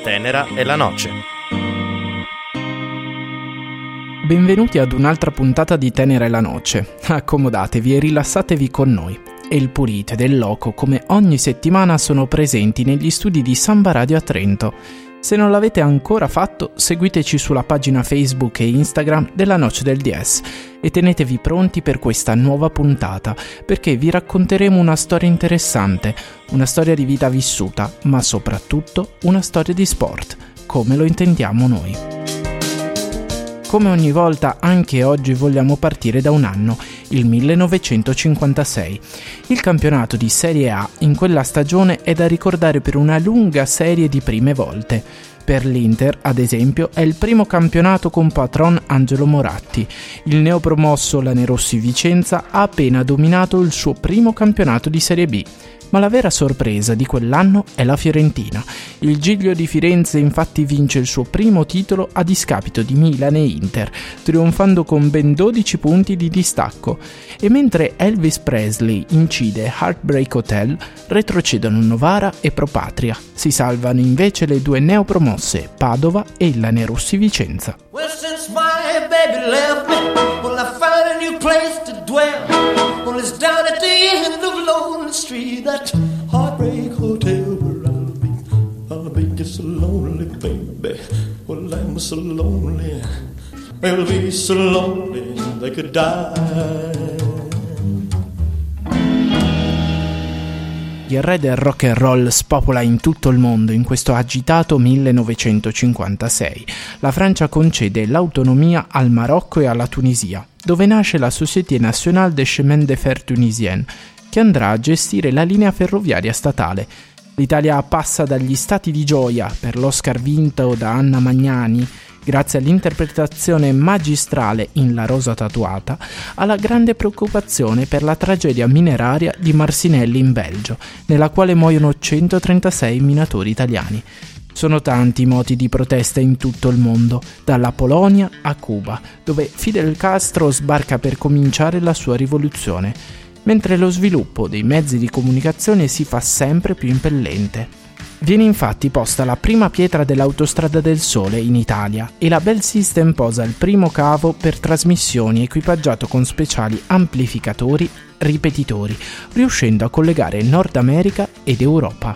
Tenera e la Noce. Benvenuti ad un'altra puntata di Tenera e la Noce. Accomodatevi e rilassatevi con noi. E il Pulito ed il Loco, come ogni settimana, sono presenti negli studi di Samba Radio a Trento. Se non l'avete ancora fatto, seguiteci sulla pagina Facebook e Instagram della Noce del DS e tenetevi pronti per questa nuova puntata, perché vi racconteremo una storia interessante, una storia di vita vissuta, ma soprattutto una storia di sport, come lo intendiamo noi. Come ogni volta, anche oggi vogliamo partire da un anno, il 1956. Il campionato di Serie A in quella stagione è da ricordare per una lunga serie di prime volte. Per l'Inter, ad esempio, è il primo campionato con patron Angelo Moratti. Il neopromosso Lanerossi Vicenza ha appena dominato il suo primo campionato di Serie B. Ma la vera sorpresa di quell'anno è la Fiorentina. Il Giglio di Firenze infatti vince il suo primo titolo a discapito di Milan e Inter, trionfando con ben 12 punti di distacco. E mentre Elvis Presley incide Heartbreak Hotel, retrocedono Novara e Pro Patria. Si salvano invece le due neopromosse Padova e il Lanerossi Vicenza. Well, since my baby left me, well, I found a new place to dwell. Well, it's down at the end of Lonely Street, that Heartbreak Hotel where I'll be just so lonely, baby. Well, I'm so lonely, we'll be so lonely they could die. Il re del rock and roll spopola in tutto il mondo in questo agitato 1956. La Francia concede l'autonomia al Marocco e alla Tunisia, dove nasce la Société Nationale des Chemins de Fer Tunisienne, che andrà a gestire la linea ferroviaria statale. L'Italia passa dagli stati di gioia per l'Oscar vinto da Anna Magnani, grazie all'interpretazione magistrale in La Rosa Tatuata, alla grande preoccupazione per la tragedia mineraria di Marcinelli in Belgio, nella quale muoiono 136 minatori italiani. Sono tanti i moti di protesta in tutto il mondo, dalla Polonia a Cuba, dove Fidel Castro sbarca per cominciare la sua rivoluzione, mentre lo sviluppo dei mezzi di comunicazione si fa sempre più impellente. Viene infatti posta la prima pietra dell'Autostrada del Sole in Italia e la Bell System posa il primo cavo per trasmissioni equipaggiato con speciali amplificatori ripetitori, riuscendo a collegare Nord America ed Europa.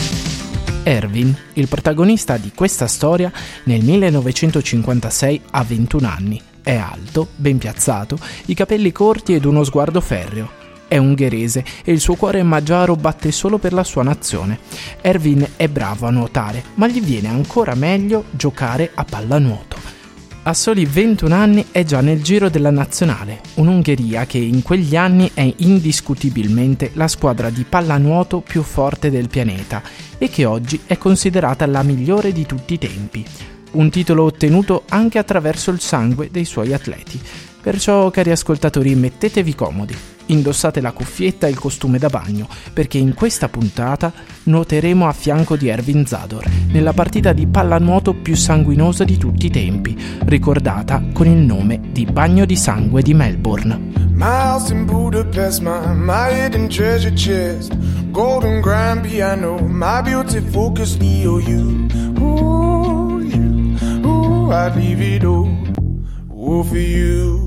Erwin, il protagonista di questa storia, nel 1956 ha 21 anni. È alto, ben piazzato, i capelli corti ed uno sguardo ferreo. È ungherese e il suo cuore magiaro batte solo per la sua nazione. Erwin è bravo a nuotare, ma gli viene ancora meglio giocare a pallanuoto. A soli 21 anni è già nel giro della nazionale, un'Ungheria che in quegli anni è indiscutibilmente la squadra di pallanuoto più forte del pianeta e che oggi è considerata la migliore di tutti i tempi. Un titolo ottenuto anche attraverso il sangue dei suoi atleti. Perciò, cari ascoltatori, mettetevi comodi, indossate la cuffietta e il costume da bagno, perché in questa puntata nuoteremo a fianco di Erwin Zador, nella partita di pallanuoto più sanguinosa di tutti i tempi, ricordata con il nome di Bagno di Sangue di Melbourne. My house in Budapest, my hidden treasure chest, golden grand piano, my beauty focus EOU. Ooh, you, ooh, I'd leave it all, ooh, for you.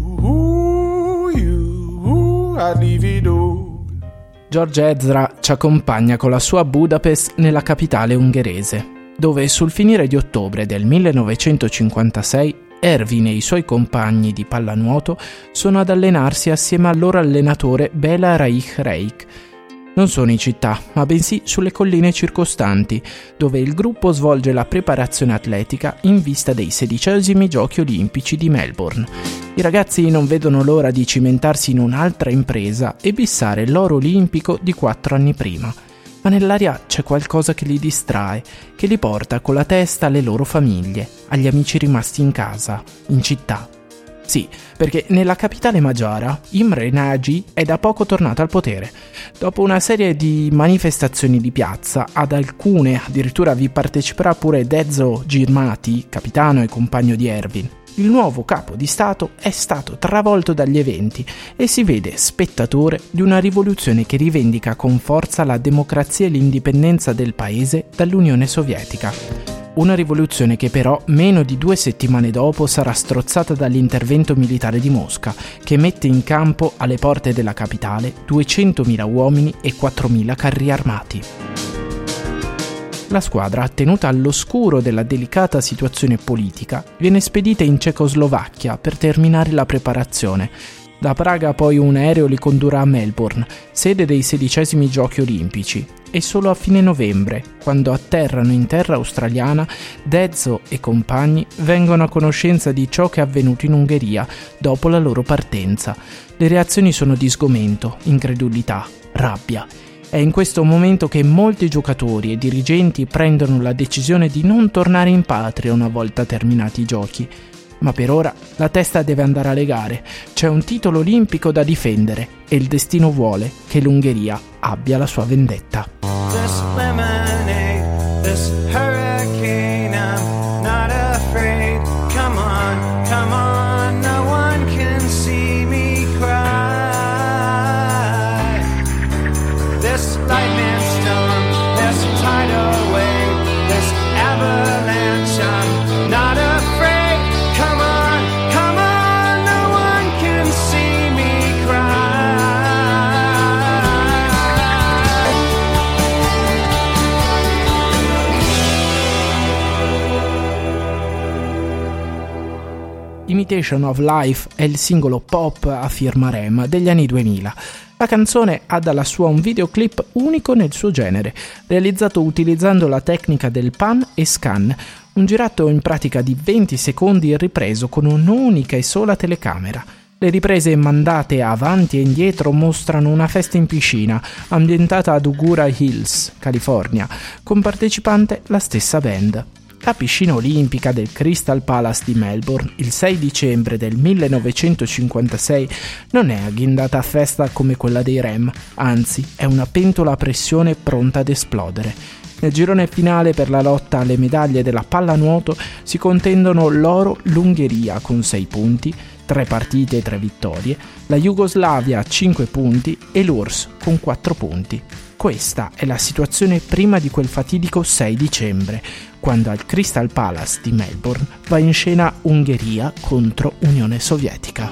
George Ezra ci accompagna con la sua Budapest nella capitale ungherese, dove sul finire di ottobre del 1956 Erwin e i suoi compagni di pallanuoto sono ad allenarsi assieme al loro allenatore Bela Reich. Non sono in città, ma bensì sulle colline circostanti, dove il gruppo svolge la preparazione atletica in vista dei 16esimi Giochi Olimpici di Melbourne. I ragazzi non vedono l'ora di cimentarsi in un'altra impresa e bissare l'oro olimpico di 4 anni prima. Ma nell'aria c'è qualcosa che li distrae, che li porta con la testa alle loro famiglie, agli amici rimasti in casa, in città. Sì, perché nella capitale magiara Imre Nagy è da poco tornato al potere. Dopo una serie di manifestazioni di piazza, ad alcune addirittura vi parteciperà pure Dezo Girmati, capitano e compagno di Erwin. Il nuovo capo di Stato è stato travolto dagli eventi e si vede spettatore di una rivoluzione che rivendica con forza la democrazia e l'indipendenza del paese dall'Unione Sovietica. Una rivoluzione che però meno di 2 settimane dopo sarà strozzata dall'intervento militare di Mosca, che mette in campo alle porte della capitale 200.000 uomini e 4.000 carri armati. La squadra, tenuta all'oscuro della delicata situazione politica, viene spedita in Cecoslovacchia per terminare la preparazione. Da Praga poi un aereo li condurrà a Melbourne, sede dei 16esimi Giochi Olimpici, e solo a fine novembre, quando atterrano in terra australiana, Dezzo e compagni vengono a conoscenza di ciò che è avvenuto in Ungheria dopo la loro partenza. Le reazioni sono di sgomento, incredulità, rabbia. È in questo momento che molti giocatori e dirigenti prendono la decisione di non tornare in patria una volta terminati i giochi. Ma per ora la testa deve andare alle gare, c'è un titolo olimpico da difendere e il destino vuole che l'Ungheria abbia la sua vendetta. This lemonade, this hurricane, I'm not afraid. Come on, no one can see me cry. This lightning storm, this tidal wave, this avalanche, I'm not afraid. Come on, no one can see me cry. Imitation of Life è il singolo pop a firma Rem degli anni 2000. La canzone ha dalla sua un videoclip unico nel suo genere, realizzato utilizzando la tecnica del pan e scan, un girato in pratica di 20 secondi ripreso con un'unica e sola telecamera. Le riprese mandate avanti e indietro mostrano una festa in piscina, ambientata ad Agoura Hills, California, con partecipante la stessa band. La piscina olimpica del Crystal Palace di Melbourne, il 6 dicembre del 1956, non è agghindata a festa come quella dei Rem, anzi è una pentola a pressione pronta ad esplodere. Nel girone finale per la lotta alle medaglie della pallanuoto si contendono l'oro l'Ungheria con 6 punti, 3 partite e 3 vittorie, la Jugoslavia 5 punti e l'URSS con 4 punti. Questa è la situazione prima di quel fatidico 6 dicembre, quando al Crystal Palace di Melbourne va in scena Ungheria contro Unione Sovietica.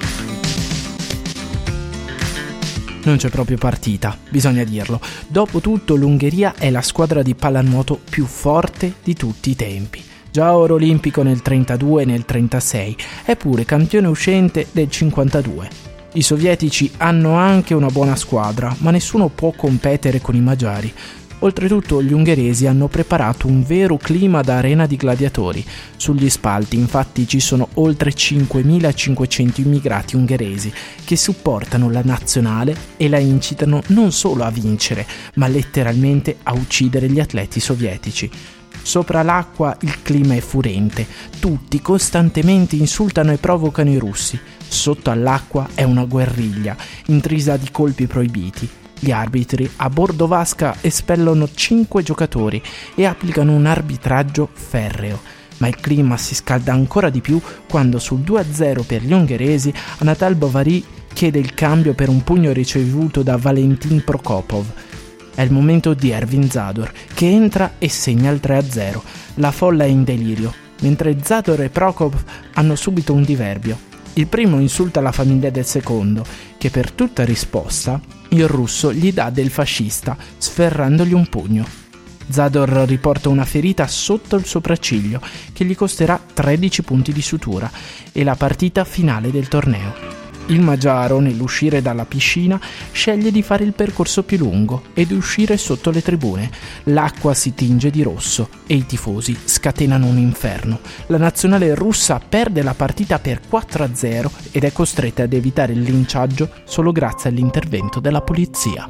Non c'è proprio partita, bisogna dirlo. Dopotutto l'Ungheria è la squadra di pallanuoto più forte di tutti i tempi. Già oro olimpico nel 32 e nel 36, è pure campione uscente del 52. I sovietici hanno anche una buona squadra, ma nessuno può competere con i magiari. Oltretutto gli ungheresi hanno preparato un vero clima da arena di gladiatori. Sugli spalti infatti ci sono oltre 5.500 immigrati ungheresi che supportano la nazionale e la incitano non solo a vincere, ma letteralmente a uccidere gli atleti sovietici. Sopra l'acqua il clima è furente, tutti costantemente insultano e provocano i russi. Sotto all'acqua è una guerriglia, intrisa di colpi proibiti. Gli arbitri a bordo vasca espellono 5 giocatori e applicano un arbitraggio ferreo. Ma il clima si scalda ancora di più quando sul 2-0 per gli ungheresi Anatol Bovary chiede il cambio per un pugno ricevuto da Valentin Prokopov. È il momento di Ervin Zador, che entra e segna il 3-0. La folla è in delirio, mentre Zador e Prokopov hanno subito un diverbio. Il primo insulta la famiglia del secondo, che per tutta risposta il russo gli dà del fascista, sferrandogli un pugno. Zador riporta una ferita sotto il sopracciglio, che gli costerà 13 punti di sutura, e la partita finale del torneo. Il magiaro, nell'uscire dalla piscina, sceglie di fare il percorso più lungo e di uscire sotto le tribune. L'acqua si tinge di rosso e i tifosi scatenano un inferno. La nazionale russa perde la partita per 4-0 ed è costretta ad evitare il linciaggio solo grazie all'intervento della polizia.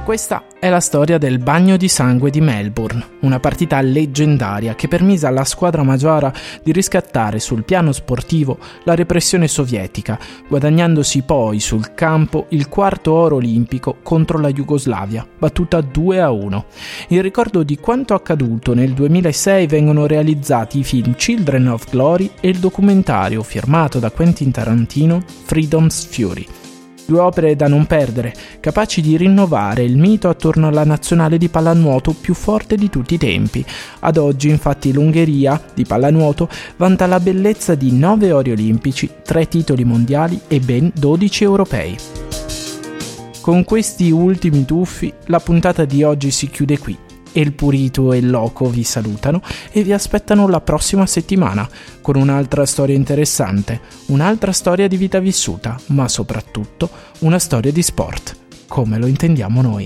Questa è la storia del bagno di sangue di Melbourne, una partita leggendaria che permise alla squadra magiara di riscattare sul piano sportivo la repressione sovietica, guadagnandosi poi sul campo il quarto oro olimpico contro la Jugoslavia, battuta 2-1. In ricordo di quanto accaduto nel 2006 vengono realizzati i film Children of Glory e il documentario firmato da Quentin Tarantino Freedom's Fury. 2 opere da non perdere, capaci di rinnovare il mito attorno alla nazionale di pallanuoto più forte di tutti i tempi. Ad oggi, infatti, l'Ungheria di pallanuoto vanta la bellezza di 9 ori olimpici, 3 titoli mondiali e ben 12 europei. Con questi ultimi tuffi, la puntata di oggi si chiude qui. El Purito e il Loco vi salutano e vi aspettano la prossima settimana con un'altra storia interessante, un'altra storia di vita vissuta, ma soprattutto una storia di sport, come lo intendiamo noi.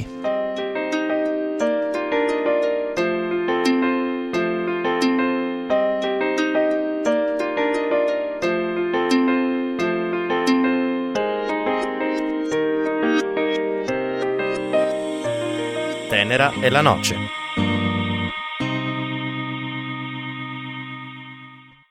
Tenera e la noce.